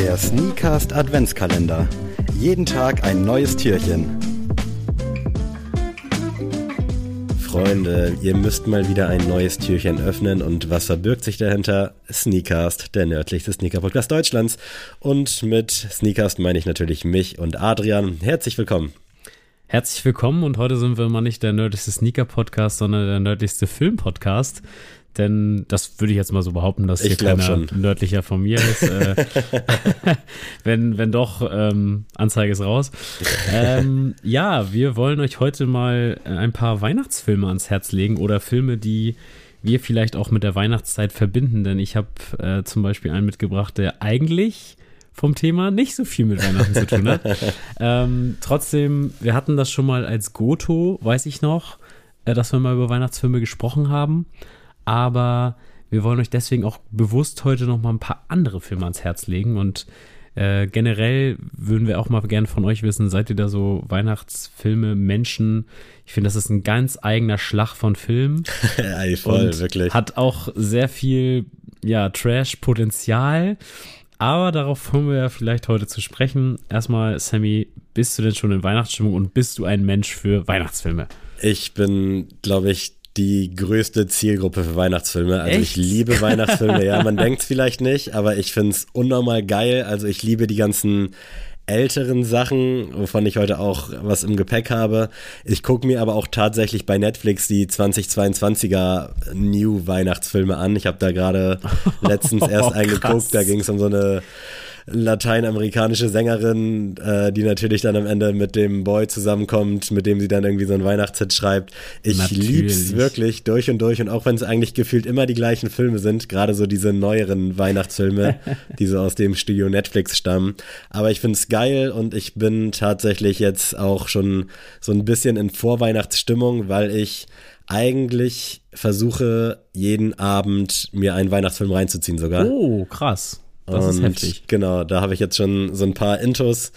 Der Sneakast Adventskalender. Jeden Tag ein neues Türchen. Freunde, ihr müsst mal wieder ein neues Türchen öffnen. Und was verbirgt sich dahinter? Sneakast, der nördlichste Sneaker-Podcast Deutschlands. Und mit Sneakast meine ich natürlich mich und Adrian. Herzlich willkommen. Herzlich willkommen, und heute sind wir mal nicht der nördlichste Sneaker-Podcast, sondern der nördlichste Film-Podcast. Denn das würde ich jetzt mal so behaupten, dass hier keiner nördlicher von mir ist. Wenn doch, Anzeige ist raus. Ja, wir wollen euch heute mal ein paar Weihnachtsfilme ans Herz legen oder Filme, die wir vielleicht auch mit der Weihnachtszeit verbinden. Denn ich habe zum Beispiel einen mitgebracht, der eigentlich vom Thema nicht so viel mit Weihnachten zu tun hat. Trotzdem, wir hatten das schon mal als Goto, weiß ich noch, dass wir mal über Weihnachtsfilme gesprochen haben. Aber wir wollen euch deswegen auch bewusst heute noch mal ein paar andere Filme ans Herz legen. Und generell würden wir auch mal gerne von euch wissen, seid ihr da so Weihnachtsfilme, Menschen? Ich finde, das ist ein ganz eigener Schlag von Filmen. Ja, voll, und wirklich. Hat auch sehr viel, ja, Trash-Potenzial. Aber darauf kommen wir ja vielleicht heute zu sprechen. Erstmal, Sammy, bist du denn schon in Weihnachtsstimmung und bist du ein Mensch für Weihnachtsfilme? Ich bin, glaube ich, die größte Zielgruppe für Weihnachtsfilme. Also Echt? Ich liebe Weihnachtsfilme. Ja, man denkt es vielleicht nicht, aber ich finde es unnormal geil. Also ich liebe die ganzen älteren Sachen, wovon ich heute auch was im Gepäck habe. Ich gucke mir aber auch tatsächlich bei Netflix die 2022er New Weihnachtsfilme an. Ich habe da gerade letztens erst eingeguckt. Da ging es um so eine lateinamerikanische Sängerin, die natürlich dann am Ende mit dem Boy zusammenkommt, mit dem sie dann irgendwie so einen Weihnachtshit schreibt. Ich lieb's wirklich durch und durch, und auch wenn es eigentlich gefühlt immer die gleichen Filme sind, gerade so diese neueren Weihnachtsfilme, die so aus dem Studio Netflix stammen. Aber ich find's geil, und ich bin tatsächlich jetzt auch schon so ein bisschen in Vorweihnachtsstimmung, weil ich eigentlich versuche, jeden Abend mir einen Weihnachtsfilm reinzuziehen sogar. Oh, krass. Das ist heftig. Genau, da habe ich jetzt schon so ein paar Intos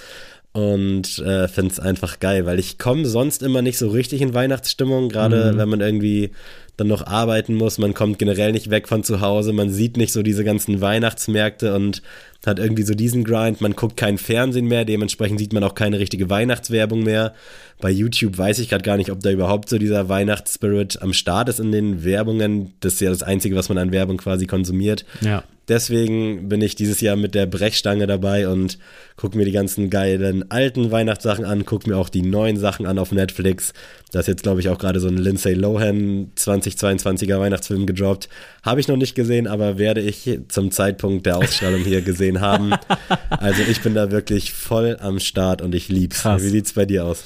und finde es einfach geil, weil ich komme sonst immer nicht so richtig in Weihnachtsstimmung, gerade wenn man irgendwie dann noch arbeiten muss. Man kommt generell nicht weg von zu Hause, man sieht nicht so diese ganzen Weihnachtsmärkte und hat irgendwie so diesen Grind. Man guckt kein Fernsehen mehr, dementsprechend sieht man auch keine richtige Weihnachtswerbung mehr. Bei YouTube weiß ich gerade gar nicht, ob da überhaupt so dieser Weihnachtsspirit am Start ist in den Werbungen. Das ist ja das Einzige, was man an Werbung quasi konsumiert. Ja. Deswegen bin ich dieses Jahr mit der Brechstange dabei und gucke mir die ganzen geilen alten Weihnachtssachen an, gucke mir auch die neuen Sachen an auf Netflix. Da ist jetzt, glaube ich, auch gerade so ein Lindsay Lohan 2022er Weihnachtsfilm gedroppt. Habe ich noch nicht gesehen, aber werde ich zum Zeitpunkt der Ausstrahlung hier gesehen haben. Also ich bin da wirklich voll am Start und ich lieb's. Krass. Wie sieht's bei dir aus?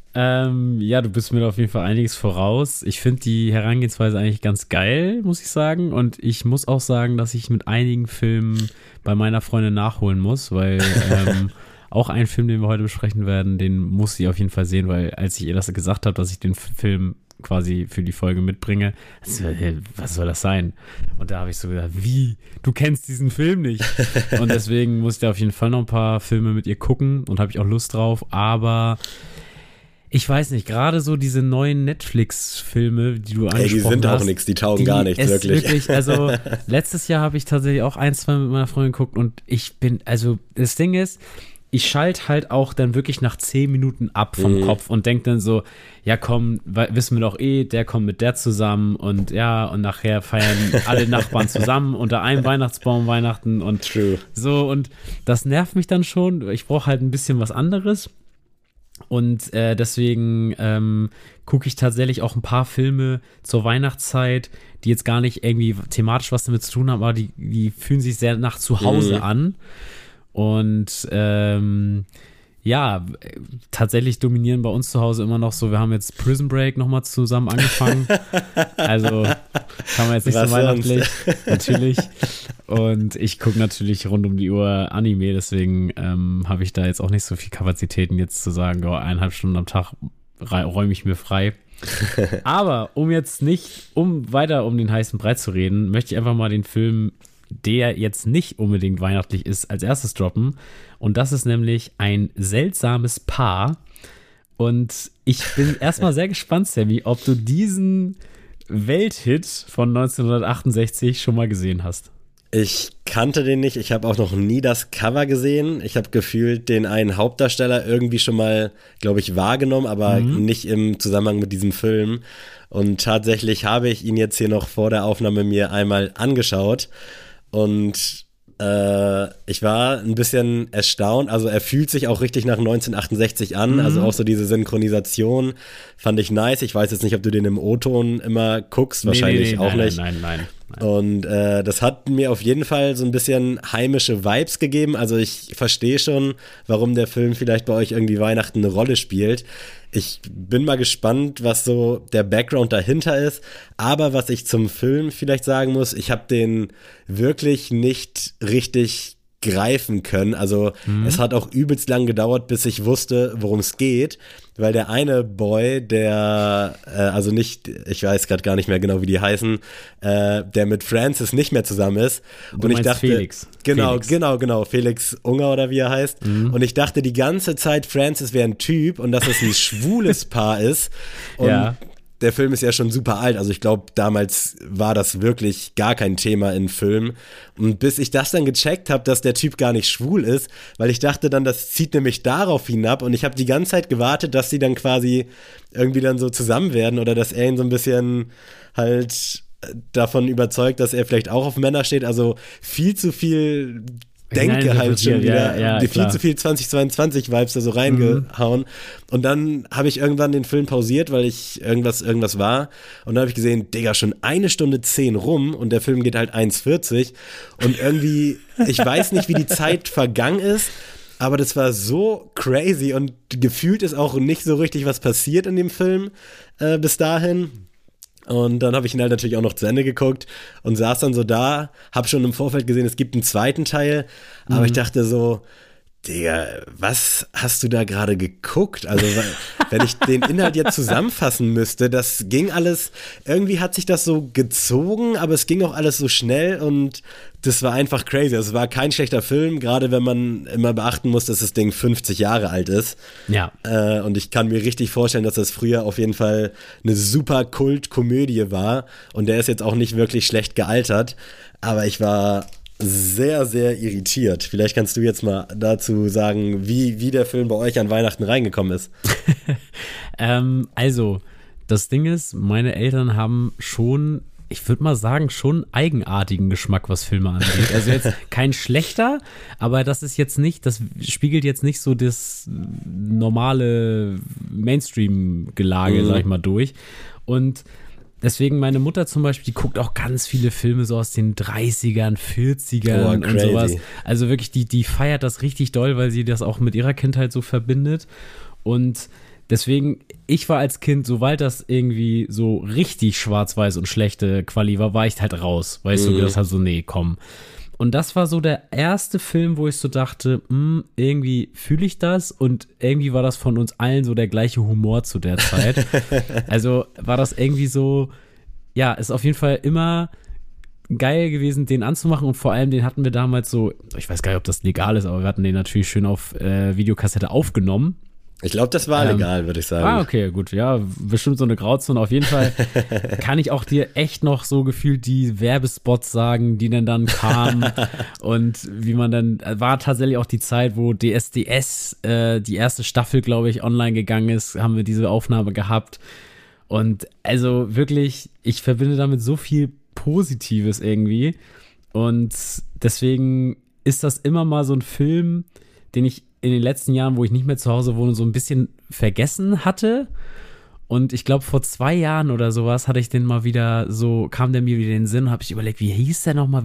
Ja, du bist mir da auf jeden Fall einiges voraus. Ich finde die Herangehensweise eigentlich ganz geil, muss ich sagen. Und ich muss auch sagen, dass ich mit einigen Filmen bei meiner Freundin nachholen muss, weil auch ein Film, den wir heute besprechen werden, den muss sie auf jeden Fall sehen, weil als ich ihr das gesagt habe, dass ich den Film quasi für die Folge mitbringe, was soll das sein? Und da habe ich so gedacht, wie? Du kennst diesen Film nicht? Und deswegen muss ich da auf jeden Fall noch ein paar Filme mit ihr gucken und habe ich auch Lust drauf, aber ich weiß nicht, gerade so diese neuen Netflix-Filme, die du angesprochen hast. Die sind auch nichts, die taugen gar nichts, wirklich. Also letztes Jahr habe ich tatsächlich auch 1, 2 mit meiner Freundin geguckt, und das Ding ist, ich schalte halt auch dann wirklich nach 10 Minuten ab vom Kopf und denke dann so, ja komm, wissen wir doch der kommt mit der zusammen, und ja, und nachher feiern alle Nachbarn zusammen unter einem Weihnachtsbaum Weihnachten und so, und das nervt mich dann schon. Ich brauche halt ein bisschen was anderes. Und deswegen gucke ich tatsächlich auch ein paar Filme zur Weihnachtszeit, die jetzt gar nicht irgendwie thematisch was damit zu tun haben, aber die fühlen sich sehr nach Zuhause an. Und ja, tatsächlich dominieren bei uns zu Hause immer noch so, wir haben jetzt Prison Break nochmal zusammen angefangen. Also kann man jetzt nicht so weihnachtlich, natürlich. Und ich gucke natürlich rund um die Uhr Anime, deswegen habe ich da jetzt auch nicht so viel Kapazitäten, jetzt zu sagen, 1,5 Stunden am Tag räume ich mir frei. Aber um weiter um den heißen Brei zu reden, möchte ich einfach mal den Film, der jetzt nicht unbedingt weihnachtlich ist, als erstes droppen. Und das ist nämlich Ein seltsames Paar. Und ich bin erstmal sehr gespannt, Sammy, ob du diesen Welthit von 1968 schon mal gesehen hast. Ich kannte den nicht, ich habe auch noch nie das Cover gesehen. Ich habe gefühlt den einen Hauptdarsteller irgendwie schon mal, glaube ich, wahrgenommen, aber nicht im Zusammenhang mit diesem Film. Und tatsächlich habe ich ihn jetzt hier noch vor der Aufnahme mir einmal angeschaut und ich war ein bisschen erstaunt. Also er fühlt sich auch richtig nach 1968 an, also auch so diese Synchronisation fand ich nice. Ich weiß jetzt nicht, ob du den im O-Ton immer guckst, wahrscheinlich auch nicht. Nein. Und das hat mir auf jeden Fall so ein bisschen heimische Vibes gegeben. Also ich verstehe schon, warum der Film vielleicht bei euch irgendwie Weihnachten eine Rolle spielt. Ich bin mal gespannt, was so der Background dahinter ist. Aber was ich zum Film vielleicht sagen muss, ich habe den wirklich nicht richtig greifen können. Also es hat auch übelst lang gedauert, bis ich wusste, worum es geht, weil der eine Boy, der, also nicht, ich weiß gerade gar nicht mehr genau, wie die heißen, der mit Francis nicht mehr zusammen ist. Und ich dachte, Felix. Genau, Felix Unger oder wie er heißt. Und ich dachte die ganze Zeit, Francis wäre ein Typ und dass es ein schwules Paar ist. Und ja. Der Film ist ja schon super alt, also ich glaube, damals war das wirklich gar kein Thema in Filmen. Und bis ich das dann gecheckt habe, dass der Typ gar nicht schwul ist, weil ich dachte dann, das zieht nämlich darauf hinab und ich habe die ganze Zeit gewartet, dass sie dann quasi irgendwie dann so zusammen werden oder dass er ihn so ein bisschen halt davon überzeugt, dass er vielleicht auch auf Männer steht. Also viel zu viel Denke halt schon wieder, viel zu viel 2022-Vibes da so reingehauen. Und dann habe ich irgendwann den Film pausiert, weil ich irgendwas war. Und dann habe ich gesehen, Digga, schon 1:10 rum und der Film geht halt 1:40. Und irgendwie, ich weiß nicht, wie die Zeit vergangen ist, aber das war so crazy und gefühlt ist auch nicht so richtig was passiert in dem Film bis dahin. Und dann habe ich ihn halt natürlich auch noch zu Ende geguckt und saß dann so da, habe schon im Vorfeld gesehen, es gibt einen zweiten Teil, aber ich dachte so, Digga, was hast du da gerade geguckt? Also, wenn ich den Inhalt jetzt zusammenfassen müsste, das ging alles, irgendwie hat sich das so gezogen, aber es ging auch alles so schnell und das war einfach crazy. Also, es war kein schlechter Film, gerade wenn man immer beachten muss, dass das Ding 50 Jahre alt ist. Ja. Und ich kann mir richtig vorstellen, dass das früher auf jeden Fall eine super Kultkomödie war und der ist jetzt auch nicht wirklich schlecht gealtert, aber ich war sehr, sehr irritiert. Vielleicht kannst du jetzt mal dazu sagen, wie der Film bei euch an Weihnachten reingekommen ist. Also, das Ding ist, meine Eltern haben schon, ich würde mal sagen, schon eigenartigen Geschmack, was Filme angeht. Also jetzt kein schlechter, aber das ist jetzt nicht, das spiegelt jetzt nicht so das normale Mainstream-Gelage, sag ich mal, durch. Und deswegen meine Mutter zum Beispiel, die guckt auch ganz viele Filme so aus den 30ern, 40ern und sowas. Also wirklich, die feiert das richtig doll, weil sie das auch mit ihrer Kindheit so verbindet. Und deswegen, ich war als Kind, sobald das irgendwie so richtig schwarz-weiß und schlechte Quali war ich halt raus. Weißt du, das halt so, nee, komm. Und das war so der erste Film, wo ich so dachte, irgendwie fühle ich das und irgendwie war das von uns allen so der gleiche Humor zu der Zeit. Also war das irgendwie so, ja, ist auf jeden Fall immer geil gewesen, den anzumachen und vor allem den hatten wir damals so, ich weiß gar nicht, ob das legal ist, aber wir hatten den natürlich schön auf Videokassette aufgenommen. Ich glaube, das war legal, würde ich sagen. Okay, gut. Ja, bestimmt so eine Grauzone. Auf jeden Fall kann ich auch dir echt noch so gefühlt die Werbespots sagen, die dann kamen und wie man dann, war tatsächlich auch die Zeit, wo DSDS, die erste Staffel, glaube ich, online gegangen ist, haben wir diese Aufnahme gehabt und also wirklich, ich verbinde damit so viel Positives irgendwie und deswegen ist das immer mal so ein Film, den ich in den letzten Jahren, wo ich nicht mehr zu Hause wohne, so ein bisschen vergessen hatte. Und ich glaube, vor 2 Jahren oder sowas hatte ich den mal wieder so, kam der mir wieder in den Sinn und habe ich überlegt, wie hieß der nochmal?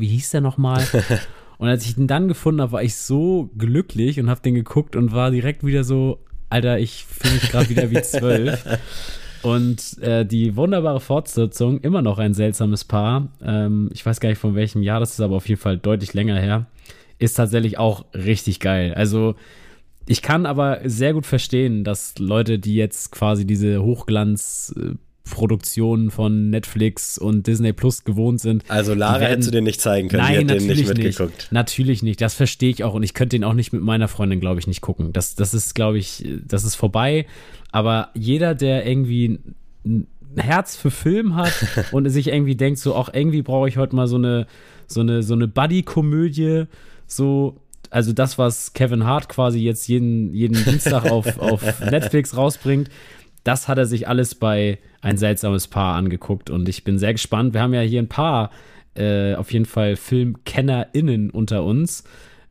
Und als ich den dann gefunden habe, war ich so glücklich und habe den geguckt und war direkt wieder so, Alter, ich fühle mich gerade wieder wie 12. Und die wunderbare Fortsetzung, immer noch ein seltsames Paar, ich weiß gar nicht von welchem Jahr, das ist aber auf jeden Fall deutlich länger her, ist tatsächlich auch richtig geil. Also ich kann aber sehr gut verstehen, dass Leute, die jetzt quasi diese Hochglanzproduktionen von Netflix und Disney Plus gewohnt sind. Also Lara hättest du den nicht zeigen können, nein, die hat den nicht mitgeguckt. Natürlich nicht, das verstehe ich auch und ich könnte den auch nicht mit meiner Freundin, glaube ich, nicht gucken. Das ist, glaube ich, das ist vorbei. Aber jeder, der irgendwie ein Herz für Film hat und sich irgendwie denkt, so auch irgendwie brauche ich heute mal so eine Buddy-Komödie, so, also das, was Kevin Hart quasi jetzt jeden Dienstag auf Netflix rausbringt, das hat er sich alles bei Ein seltsames Paar angeguckt und ich bin sehr gespannt. Wir haben ja hier ein paar auf jeden Fall FilmkennerInnen unter uns,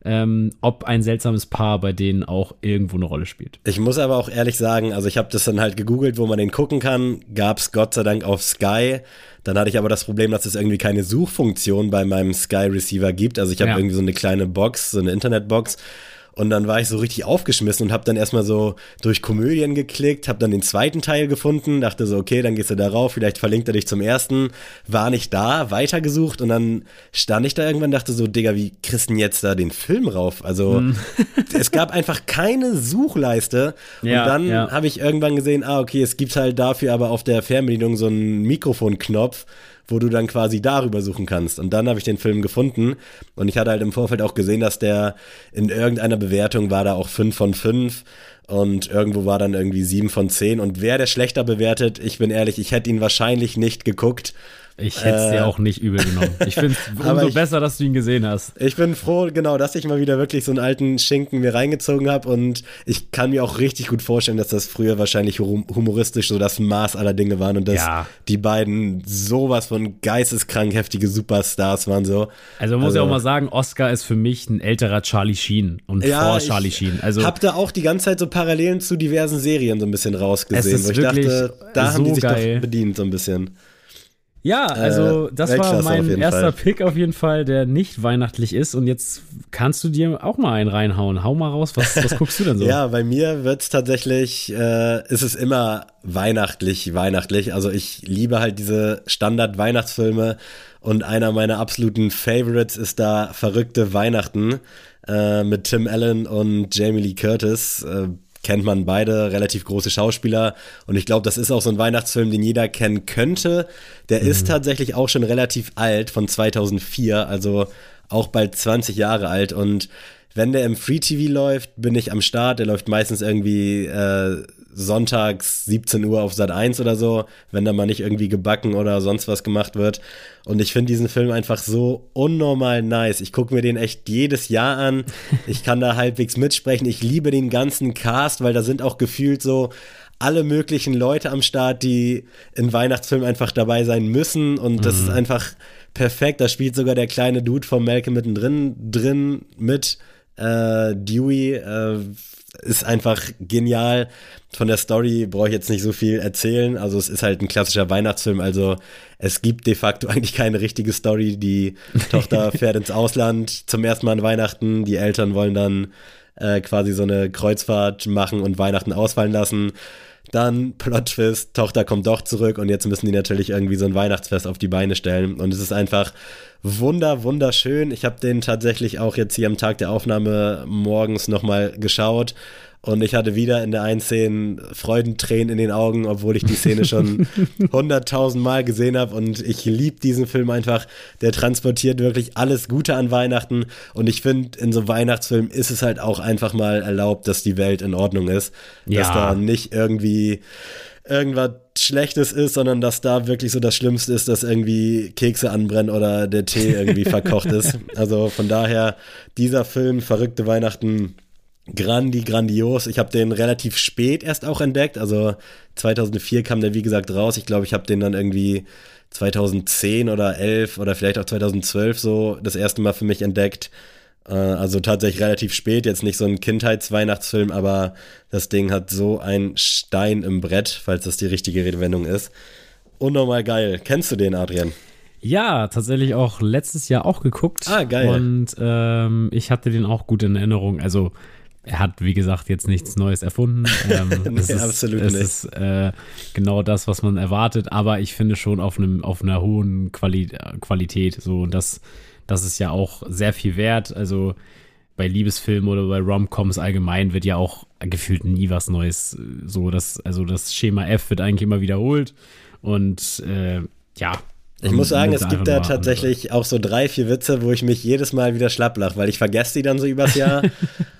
ob Ein seltsames Paar bei denen auch irgendwo eine Rolle spielt. Ich muss aber auch ehrlich sagen, also ich habe das dann halt gegoogelt, wo man den gucken kann, gab's Gott sei Dank auf Sky. Dann hatte ich aber das Problem, dass es irgendwie keine Suchfunktion bei meinem Sky-Receiver gibt. Also ich habe irgendwie so eine kleine Box, so eine Internetbox. Und dann war ich so richtig aufgeschmissen und habe dann erstmal so durch Komödien geklickt, habe dann den zweiten Teil gefunden, dachte so, okay, dann gehst du darauf, vielleicht verlinkt er dich zum ersten, war nicht da, weitergesucht und dann stand ich da irgendwann, dachte so, Digga, wie kriegst du denn jetzt da den Film rauf? Also es gab einfach keine Suchleiste und dann habe ich irgendwann gesehen, okay, es gibt halt dafür aber auf der Fernbedienung so einen Mikrofonknopf, wo du dann quasi darüber suchen kannst. Und dann habe ich den Film gefunden und ich hatte halt im Vorfeld auch gesehen, dass der in irgendeiner Bewertung war da auch 5 von 5 und irgendwo war dann irgendwie 7 von 10 und wer der schlechter bewertet, ich bin ehrlich, ich hätte ihn wahrscheinlich nicht geguckt. Ich hätte es dir auch nicht übel genommen. Ich finde es umso besser, dass du ihn gesehen hast. Ich bin froh, genau, dass ich mal wieder wirklich so einen alten Schinken mir reingezogen habe und ich kann mir auch richtig gut vorstellen, dass das früher wahrscheinlich humoristisch so das Maß aller Dinge waren und dass die beiden sowas von geisteskrank heftige Superstars waren so. Also man muss ja auch mal sagen, Oscar ist für mich ein älterer Charlie Sheen und vor Charlie Sheen. Also hab da auch die ganze Zeit so Parallelen zu diversen Serien so ein bisschen rausgesehen, wo ich dachte, da haben die sich doch bedient so ein bisschen. Ja, also das war mein erster Pick auf jeden Fall, der nicht weihnachtlich ist. Und jetzt kannst du dir auch mal einen reinhauen. Hau mal raus, was guckst du denn so? Ja, bei mir wird's tatsächlich, ist es immer weihnachtlich. Also ich liebe halt diese Standard-Weihnachtsfilme. Und einer meiner absoluten Favorites ist da Verrückte Weihnachten mit Tim Allen und Jamie Lee Curtis. Kennt man beide, relativ große Schauspieler und ich glaube, das ist auch so ein Weihnachtsfilm, den jeder kennen könnte. Der ist tatsächlich auch schon relativ alt, von 2004, also auch bald 20 Jahre alt und wenn der im Free TV läuft, bin ich am Start. Der läuft meistens irgendwie sonntags 17 Uhr auf Sat.1 oder so, wenn da mal nicht irgendwie gebacken oder sonst was gemacht wird. Und ich finde diesen Film einfach so unnormal nice. Ich gucke mir den echt jedes Jahr an. Ich kann da halbwegs mitsprechen. Ich liebe den ganzen Cast, weil da sind auch gefühlt so alle möglichen Leute am Start, die in Weihnachtsfilmen einfach dabei sein müssen. Und das ist einfach perfekt. Da spielt sogar der kleine Dude von Malcolm drin mit. Dewey ist einfach genial. Von der Story brauche ich jetzt nicht so viel erzählen. Also es ist halt ein klassischer Weihnachtsfilm. Also es gibt de facto eigentlich keine richtige Story. Die Tochter fährt ins Ausland zum ersten Mal an Weihnachten. Die Eltern wollen dann quasi so eine Kreuzfahrt machen und Weihnachten ausfallen lassen. Dann Plot-Twist, Tochter kommt doch zurück und jetzt müssen die natürlich irgendwie so ein Weihnachtsfest auf die Beine stellen. Und es ist einfach wunderschön. Ich habe den tatsächlich auch jetzt hier am Tag der Aufnahme morgens nochmal geschaut und ich hatte wieder in der einen Szene Freudentränen in den Augen, obwohl ich die Szene schon 100.000 Mal gesehen habe und ich liebe diesen Film einfach. Der transportiert wirklich alles Gute an Weihnachten und ich finde, in so einem Weihnachtsfilm ist es halt auch einfach mal erlaubt, dass die Welt in Ordnung ist. Ja. Dass da nicht irgendwie irgendwas Schlechtes ist, sondern dass da wirklich so das Schlimmste ist, dass irgendwie Kekse anbrennen oder der Tee irgendwie verkocht ist. Also von daher, dieser Film, Verrückte Weihnachten, grandios. Ich habe den relativ spät erst auch entdeckt, also 2004 kam der wie gesagt raus. Ich glaube, ich habe den dann irgendwie 2010 oder 11 oder vielleicht auch 2012 so das erste Mal für mich entdeckt. Also tatsächlich relativ spät, jetzt nicht so ein Kindheitsweihnachtsfilm, aber das Ding hat so einen Stein im Brett, falls das die richtige Redewendung ist. Unnormal geil. Kennst du den, Adrian? Ja, tatsächlich auch letztes Jahr auch geguckt. Geil. Und ich hatte den auch gut in Erinnerung. Also er hat, wie gesagt, jetzt nichts Neues erfunden. Absolut nicht. Es ist genau das, was man erwartet, aber ich finde schon auf einer hohen Qualität. So, und das ist ja auch sehr viel wert. Also bei Liebesfilmen oder bei Rom-Coms allgemein wird ja auch gefühlt nie was Neues. So, das Schema F wird eigentlich immer wiederholt. Und ich muss sagen, es gibt da tatsächlich auch so 3, 4 Witze, wo ich mich jedes Mal wieder schlapp lache, weil ich vergesse die dann so übers Jahr.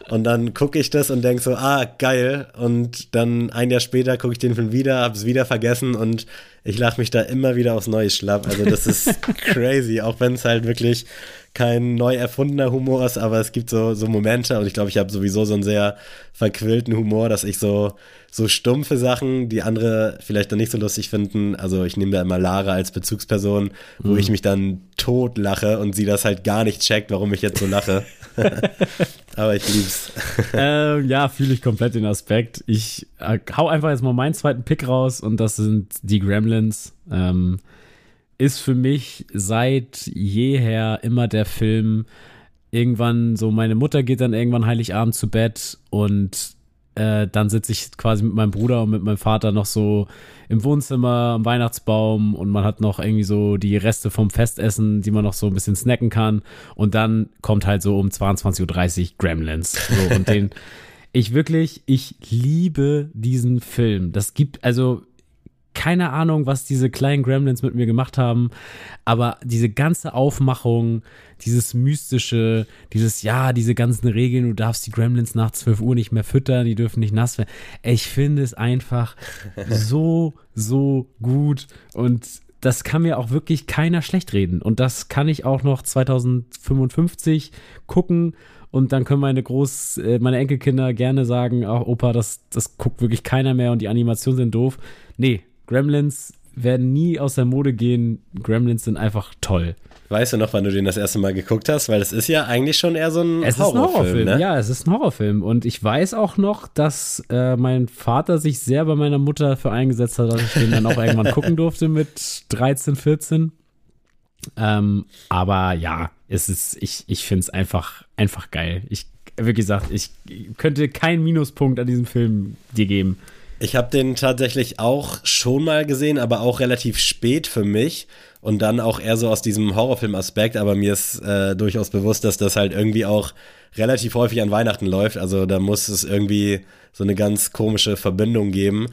Und dann gucke ich das und denke so, geil. Und dann ein Jahr später gucke ich den Film wieder, habe es wieder vergessen und ich lache mich da immer wieder aufs Neue schlapp. Also das ist crazy, auch wenn es halt wirklich kein neu erfundener Humor ist, aber es gibt so Momente und ich glaube, ich habe sowieso so einen sehr verquillten Humor, dass ich so stumpfe Sachen, die andere vielleicht dann nicht so lustig finden, also ich nehme da immer Lara als Bezugsperson, wo ich mich dann tot lache und sie das halt gar nicht checkt, warum ich jetzt so lache. Aber ich lieb's. Ja, fühle ich komplett den Aspekt. Ich hau einfach jetzt mal meinen zweiten Pick raus und das sind die Gremlins. Ist für mich seit jeher immer der Film, irgendwann so, meine Mutter geht dann irgendwann Heiligabend zu Bett und dann sitze ich quasi mit meinem Bruder und mit meinem Vater noch so im Wohnzimmer am Weihnachtsbaum und man hat noch irgendwie so die Reste vom Festessen, die man noch so ein bisschen snacken kann und dann kommt halt so um 22:30 Uhr Gremlins. So, und ich liebe diesen Film. Das gibt, also keine Ahnung, was diese kleinen Gremlins mit mir gemacht haben, aber diese ganze Aufmachung, dieses Mystische, diese ganzen Regeln, du darfst die Gremlins nach 12 Uhr nicht mehr füttern, die dürfen nicht nass werden. Ich finde es einfach so gut und das kann mir auch wirklich keiner schlecht reden und das kann ich auch noch 2055 gucken und dann können meine Enkelkinder gerne sagen, ach Opa, das guckt wirklich keiner mehr und die Animationen sind doof. Nee, Gremlins werden nie aus der Mode gehen. Gremlins sind einfach toll. Weißt du noch, wann du den das erste Mal geguckt hast? Weil es ist ja eigentlich schon eher so ein Horrorfilm, ne? Ja, es ist ein Horrorfilm. Und ich weiß auch noch, dass mein Vater sich sehr bei meiner Mutter dafür eingesetzt hat, dass ich den dann auch irgendwann gucken durfte mit 13, 14. Aber ja, ich finde es einfach geil. Wie gesagt, ich könnte keinen Minuspunkt an diesem Film dir geben. Ich habe den tatsächlich auch schon mal gesehen, aber auch relativ spät für mich und dann auch eher so aus diesem Horrorfilm-Aspekt, aber mir ist durchaus bewusst, dass das halt irgendwie auch relativ häufig an Weihnachten läuft, also da muss es irgendwie so eine ganz komische Verbindung geben.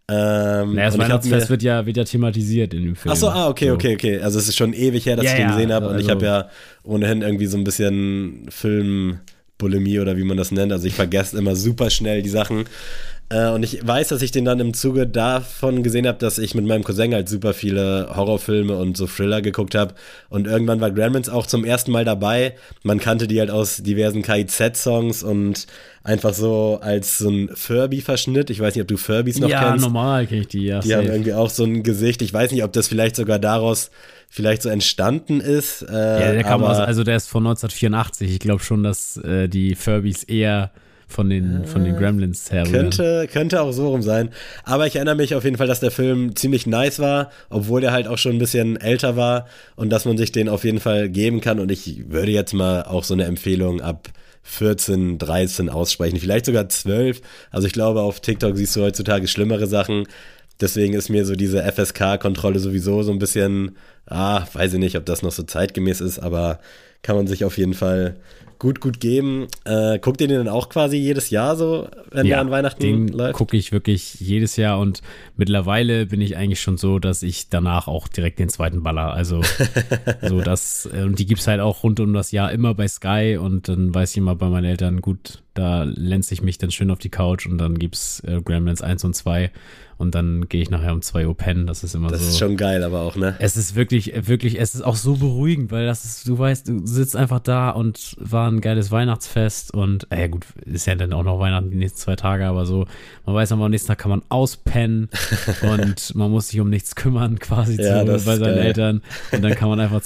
Das Weihnachtsfest wird ja thematisiert in dem Film. Achso, okay. Also es ist schon ewig her, dass ich den gesehen habe und ich habe ja ohnehin irgendwie so ein bisschen Filmbulimie oder wie man das nennt, also ich vergesse immer super schnell die Sachen. Und ich weiß, dass ich den dann im Zuge davon gesehen habe, dass ich mit meinem Cousin halt super viele Horrorfilme und so Thriller geguckt habe. Und irgendwann war Gremlins auch zum ersten Mal dabei. Man kannte die halt aus diversen KIZ-Songs und einfach so als so ein Furby-Verschnitt. Ich weiß nicht, ob du Furbys noch kennst. Ja, normal kenne ich die, ja. Die haben irgendwie auch so ein Gesicht. Ich weiß nicht, ob das vielleicht sogar daraus vielleicht so entstanden ist. Ja, der kam der ist von 1984. Ich glaube schon, dass die Furbys eher von den Gremlins her. Könnte auch so rum sein. Aber ich erinnere mich auf jeden Fall, dass der Film ziemlich nice war, obwohl der halt auch schon ein bisschen älter war und dass man sich den auf jeden Fall geben kann. Und ich würde jetzt mal auch so eine Empfehlung ab 14, 13 aussprechen, vielleicht sogar 12. Also ich glaube, auf TikTok siehst du heutzutage schlimmere Sachen. Deswegen ist mir so diese FSK-Kontrolle sowieso so ein bisschen, weiß ich nicht, ob das noch so zeitgemäß ist, aber kann man sich auf jeden Fall gut geben. Guckt ihr den dann auch quasi jedes Jahr so, wenn der an Weihnachten läuft? Den gucke ich wirklich jedes Jahr und mittlerweile bin ich eigentlich schon so, dass ich danach auch direkt den zweiten baller. Also so das, und die gibt's halt auch rund um das Jahr immer bei Sky und dann weiß ich immer bei meinen Eltern, gut, da lenze ich mich dann schön auf die Couch und dann gibt's Gremlins 1 und 2 und dann gehe ich nachher um 2 Uhr pennen. Das ist immer so. Das ist schon geil, aber auch, ne? Es ist wirklich, es ist auch so beruhigend, weil das ist, du weißt, du sitzt einfach da und war ein geiles Weihnachtsfest und, gut, ist ja dann auch noch Weihnachten die nächsten 2 Tage, aber so, man weiß aber am nächsten Tag kann man auspennen und man muss sich um nichts kümmern, quasi bei seinen Eltern und dann kann man einfach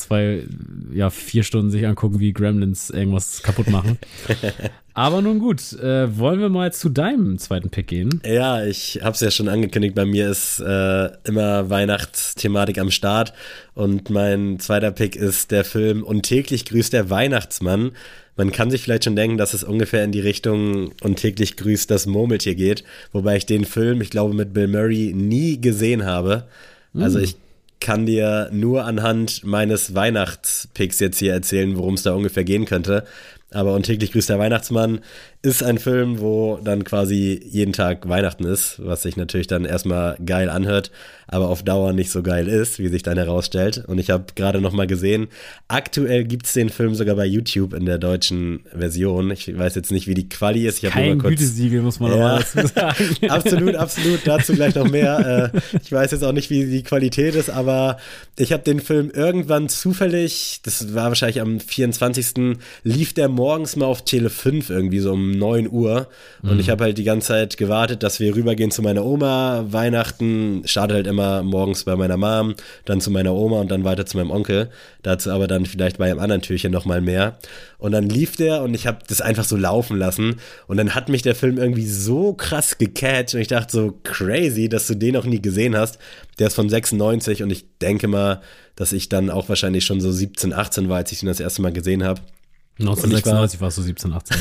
4 Stunden sich angucken, wie Gremlins irgendwas kaputt machen. Aber nun gut, wollen wir mal zu deinem zweiten Pick gehen? Ja, ich habe es ja schon angekündigt, bei mir ist immer Weihnachtsthematik am Start und mein zweiter Pick ist der Film Und täglich grüßt der Weihnachtsmann. Man kann sich vielleicht schon denken, dass es ungefähr in die Richtung Und täglich grüßt das Murmeltier geht, wobei ich den Film, ich glaube mit Bill Murray, nie gesehen habe. Also ich kann dir nur anhand meines Weihnachtspicks jetzt hier erzählen, worum es da ungefähr gehen könnte. Aber Und täglich grüßt der Weihnachtsmann ist ein Film, wo dann quasi jeden Tag Weihnachten ist, was sich natürlich dann erstmal geil anhört, aber auf Dauer nicht so geil ist, wie sich dann herausstellt. Und ich habe gerade noch mal gesehen, aktuell gibt es den Film sogar bei YouTube in der deutschen Version. Ich weiß jetzt nicht, wie die Quali ist. Kein Gütesiegel, muss man aber dazu sagen. Absolut. Dazu gleich noch mehr. Ich weiß jetzt auch nicht, wie die Qualität ist, aber ich habe den Film irgendwann zufällig, das war wahrscheinlich am 24. lief der morgens mal auf Tele 5 irgendwie so um 9 Uhr und ich habe halt die ganze Zeit gewartet, dass wir rübergehen zu meiner Oma. Weihnachten startet halt immer morgens bei meiner Mom, dann zu meiner Oma und dann weiter zu meinem Onkel. Dazu aber dann vielleicht bei einem anderen Türchen nochmal mehr. Und dann lief der und ich habe das einfach so laufen lassen und dann hat mich der Film irgendwie so krass gecatcht und ich dachte so, crazy, dass du den noch nie gesehen hast. Der ist von 96 und ich denke mal, dass ich dann auch wahrscheinlich schon so 17, 18 war, als ich den das erste Mal gesehen habe. 1996 warst du 17, 18.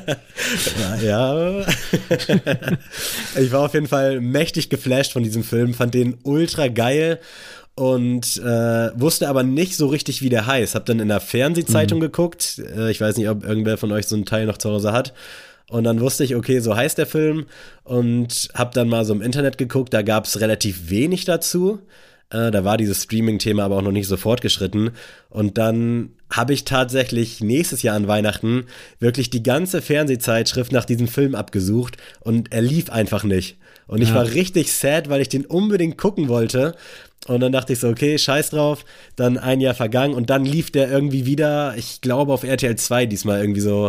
Ja. Ich war auf jeden Fall mächtig geflasht von diesem Film, fand den ultra geil und wusste aber nicht so richtig, wie der heißt. Hab dann in der Fernsehzeitung geguckt. Ich weiß nicht, ob irgendwer von euch so einen Teil noch zu Hause hat. Und dann wusste ich, okay, so heißt der Film und hab dann mal so im Internet geguckt. Da gab es relativ wenig dazu. Da war dieses Streaming-Thema aber auch noch nicht so fortgeschritten. Und dann habe ich tatsächlich nächstes Jahr an Weihnachten wirklich die ganze Fernsehzeitschrift nach diesem Film abgesucht und er lief einfach nicht. Und ich war richtig sad, weil ich den unbedingt gucken wollte. Und dann dachte ich so, okay, scheiß drauf. Dann ein Jahr vergangen und dann lief der irgendwie wieder, ich glaube auf RTL 2 diesmal irgendwie so,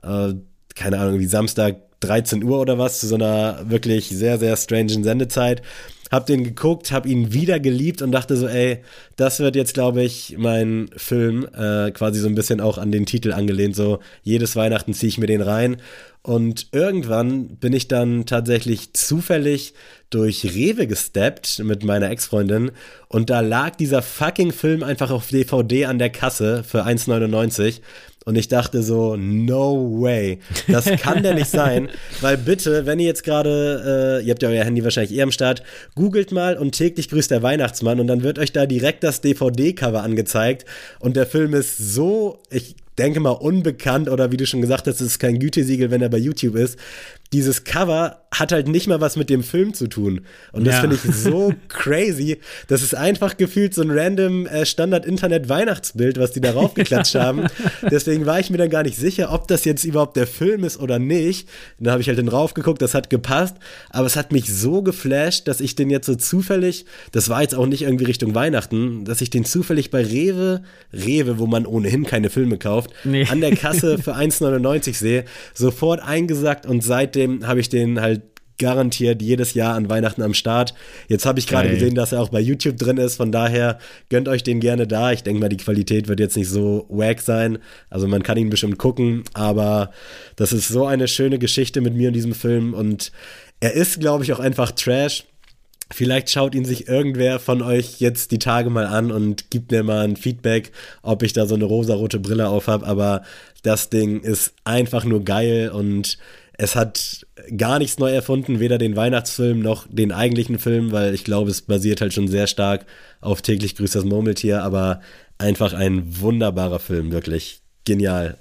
keine Ahnung, wie Samstag 13 Uhr oder was, zu so einer wirklich sehr, sehr strangen Sendezeit. Hab den geguckt, hab ihn wieder geliebt und dachte so, ey, das wird jetzt, glaube ich, mein Film, quasi so ein bisschen auch an den Titel angelehnt, so jedes Weihnachten ziehe ich mir den rein. Und irgendwann bin ich dann tatsächlich zufällig durch Rewe gesteppt mit meiner Ex-Freundin und da lag dieser fucking Film einfach auf DVD an der Kasse für 1,99 und ich dachte so, no way, das kann der nicht sein, weil bitte, wenn ihr jetzt gerade, ihr habt ja euer Handy wahrscheinlich eher am Start, googelt mal und täglich grüßt der Weihnachtsmann und dann wird euch da direkt das DVD-Cover angezeigt und der Film ist so, ich denke mal unbekannt oder wie du schon gesagt hast, es ist kein Gütesiegel, wenn er bei YouTube ist. Dieses Cover hat halt nicht mal was mit dem Film zu tun. Und das finde ich so crazy. Das ist einfach gefühlt so ein random Standard-Internet-Weihnachtsbild, was die darauf geklatscht haben. Deswegen war ich mir dann gar nicht sicher, ob das jetzt überhaupt der Film ist oder nicht. Dann habe ich halt den raufgeguckt, das hat gepasst. Aber es hat mich so geflasht, dass ich den jetzt so zufällig, das war jetzt auch nicht irgendwie Richtung Weihnachten, dass ich den zufällig bei Rewe, wo man ohnehin keine Filme kauft, an der Kasse für 1,99 sehe, sofort eingesackt und seitdem habe ich den halt garantiert jedes Jahr an Weihnachten am Start. Jetzt habe ich gerade gesehen, dass er auch bei YouTube drin ist, von daher gönnt euch den gerne da. Ich denke mal, die Qualität wird jetzt nicht so wack sein, also man kann ihn bestimmt gucken, aber das ist so eine schöne Geschichte mit mir in diesem Film und er ist, glaube ich, auch einfach Trash. Vielleicht schaut ihn sich irgendwer von euch jetzt die Tage mal an und gibt mir mal ein Feedback, ob ich da so eine rosarote Brille auf habe, aber das Ding ist einfach nur geil und es hat gar nichts neu erfunden, weder den Weihnachtsfilm noch den eigentlichen Film, weil ich glaube, es basiert halt schon sehr stark auf täglich grüßt das Murmeltier, aber einfach ein wunderbarer Film, wirklich genial.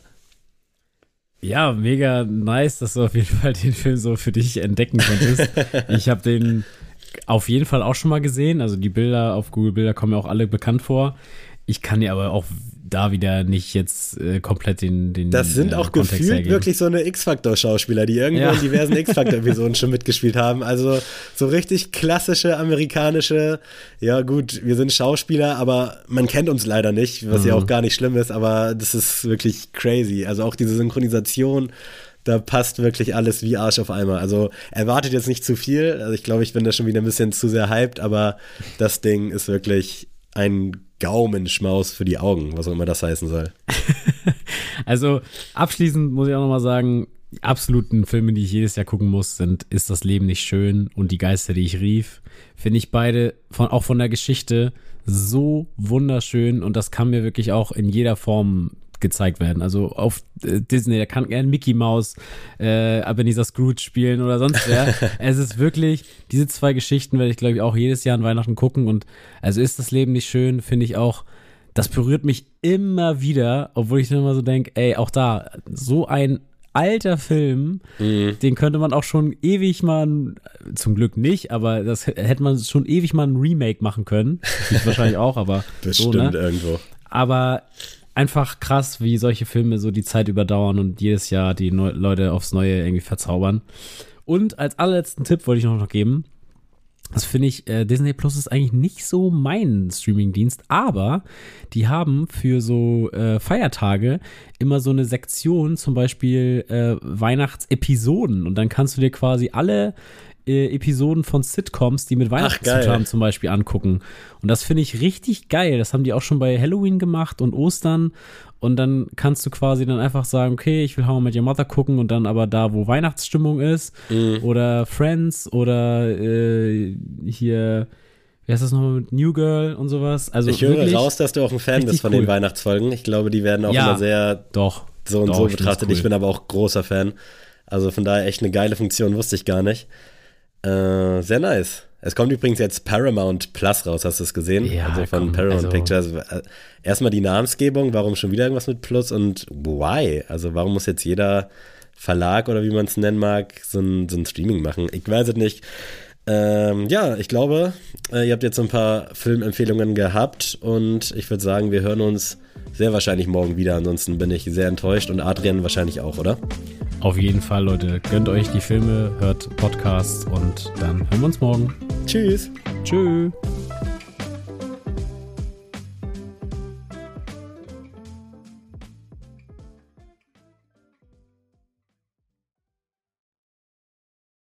Ja, mega nice, dass du auf jeden Fall den Film so für dich entdecken konntest. Ich habe den auf jeden Fall auch schon mal gesehen, also die Bilder auf Google Bilder kommen mir auch alle bekannt vor. Ich kann dir aber auch da wieder nicht jetzt komplett den das sind auch Kontext gefühlt hergeben. wirklich so eine X-Factor-Schauspieler, die irgendwo in diversen X-Factor-Episoden schon mitgespielt haben. Also so richtig klassische amerikanische, ja gut, wir sind Schauspieler, aber man kennt uns leider nicht, was ja auch gar nicht schlimm ist, aber das ist wirklich crazy. Also auch diese Synchronisation, da passt wirklich alles wie Arsch auf einmal. Also erwartet jetzt nicht zu viel. Also ich glaube, ich bin da schon wieder ein bisschen zu sehr hyped, aber das Ding ist wirklich ein Gaumenschmaus für die Augen, was auch immer das heißen soll. Also abschließend muss ich auch nochmal sagen, die absoluten Filme, die ich jedes Jahr gucken muss, sind Ist das Leben nicht schön und Die Geister, die ich rief. Finde ich beide, auch von der Geschichte, so wunderschön und das kann mir wirklich auch in jeder Form gezeigt werden. Also auf Disney, da kann gerne Mickey Mouse, Ebenezer Scrooge spielen oder sonst wer. Es ist wirklich, diese zwei Geschichten werde ich, glaube ich, auch jedes Jahr an Weihnachten gucken und also Ist das Leben nicht schön, finde ich auch, das berührt mich immer wieder, obwohl ich dann immer so denke, ey, auch da, so ein alter Film, den könnte man auch schon ewig mal, zum Glück nicht, aber das hätte man schon ewig mal ein Remake machen können. Ich wahrscheinlich auch, aber bestimmt so, ne? irgendwo. Aber einfach krass, wie solche Filme so die Zeit überdauern und jedes Jahr die Leute aufs Neue irgendwie verzaubern. Und als allerletzten Tipp wollte ich noch geben, das finde ich, Disney Plus ist eigentlich nicht so mein Streamingdienst, aber die haben für so Feiertage immer so eine Sektion, zum Beispiel Weihnachtsepisoden, und dann kannst du dir quasi alle Episoden von Sitcoms, die mit Weihnachtsbezug haben, zum Beispiel angucken. Und das finde ich richtig geil. Das haben die auch schon bei Halloween gemacht und Ostern. Und dann kannst du quasi dann einfach sagen, okay, ich will How I Met Your Mother gucken und dann aber da, wo Weihnachtsstimmung ist, oder Friends oder hier, wie heißt das nochmal mit New Girl und sowas. Also ich höre raus, dass du auch ein Fan bist von den Weihnachtsfolgen. Ich glaube, die werden auch immer sehr so und so betrachtet. Ich bin aber auch großer Fan. Also von daher echt eine geile Funktion, wusste ich gar nicht. Sehr nice. Es kommt übrigens jetzt Paramount Plus raus, hast du es gesehen? Ja, also von Paramount Pictures. Erstmal die Namensgebung, warum schon wieder irgendwas mit Plus und why? Also warum muss jetzt jeder Verlag oder wie man es nennen mag, so ein Streaming machen? Ich weiß es nicht. Ja, ich glaube, ihr habt jetzt ein paar Filmempfehlungen gehabt und ich würde sagen, wir hören uns sehr wahrscheinlich morgen wieder. Ansonsten bin ich sehr enttäuscht und Adrian wahrscheinlich auch, oder? Auf jeden Fall, Leute. Gönnt euch die Filme, hört Podcasts und dann hören wir uns morgen. Tschüss. Tschüss.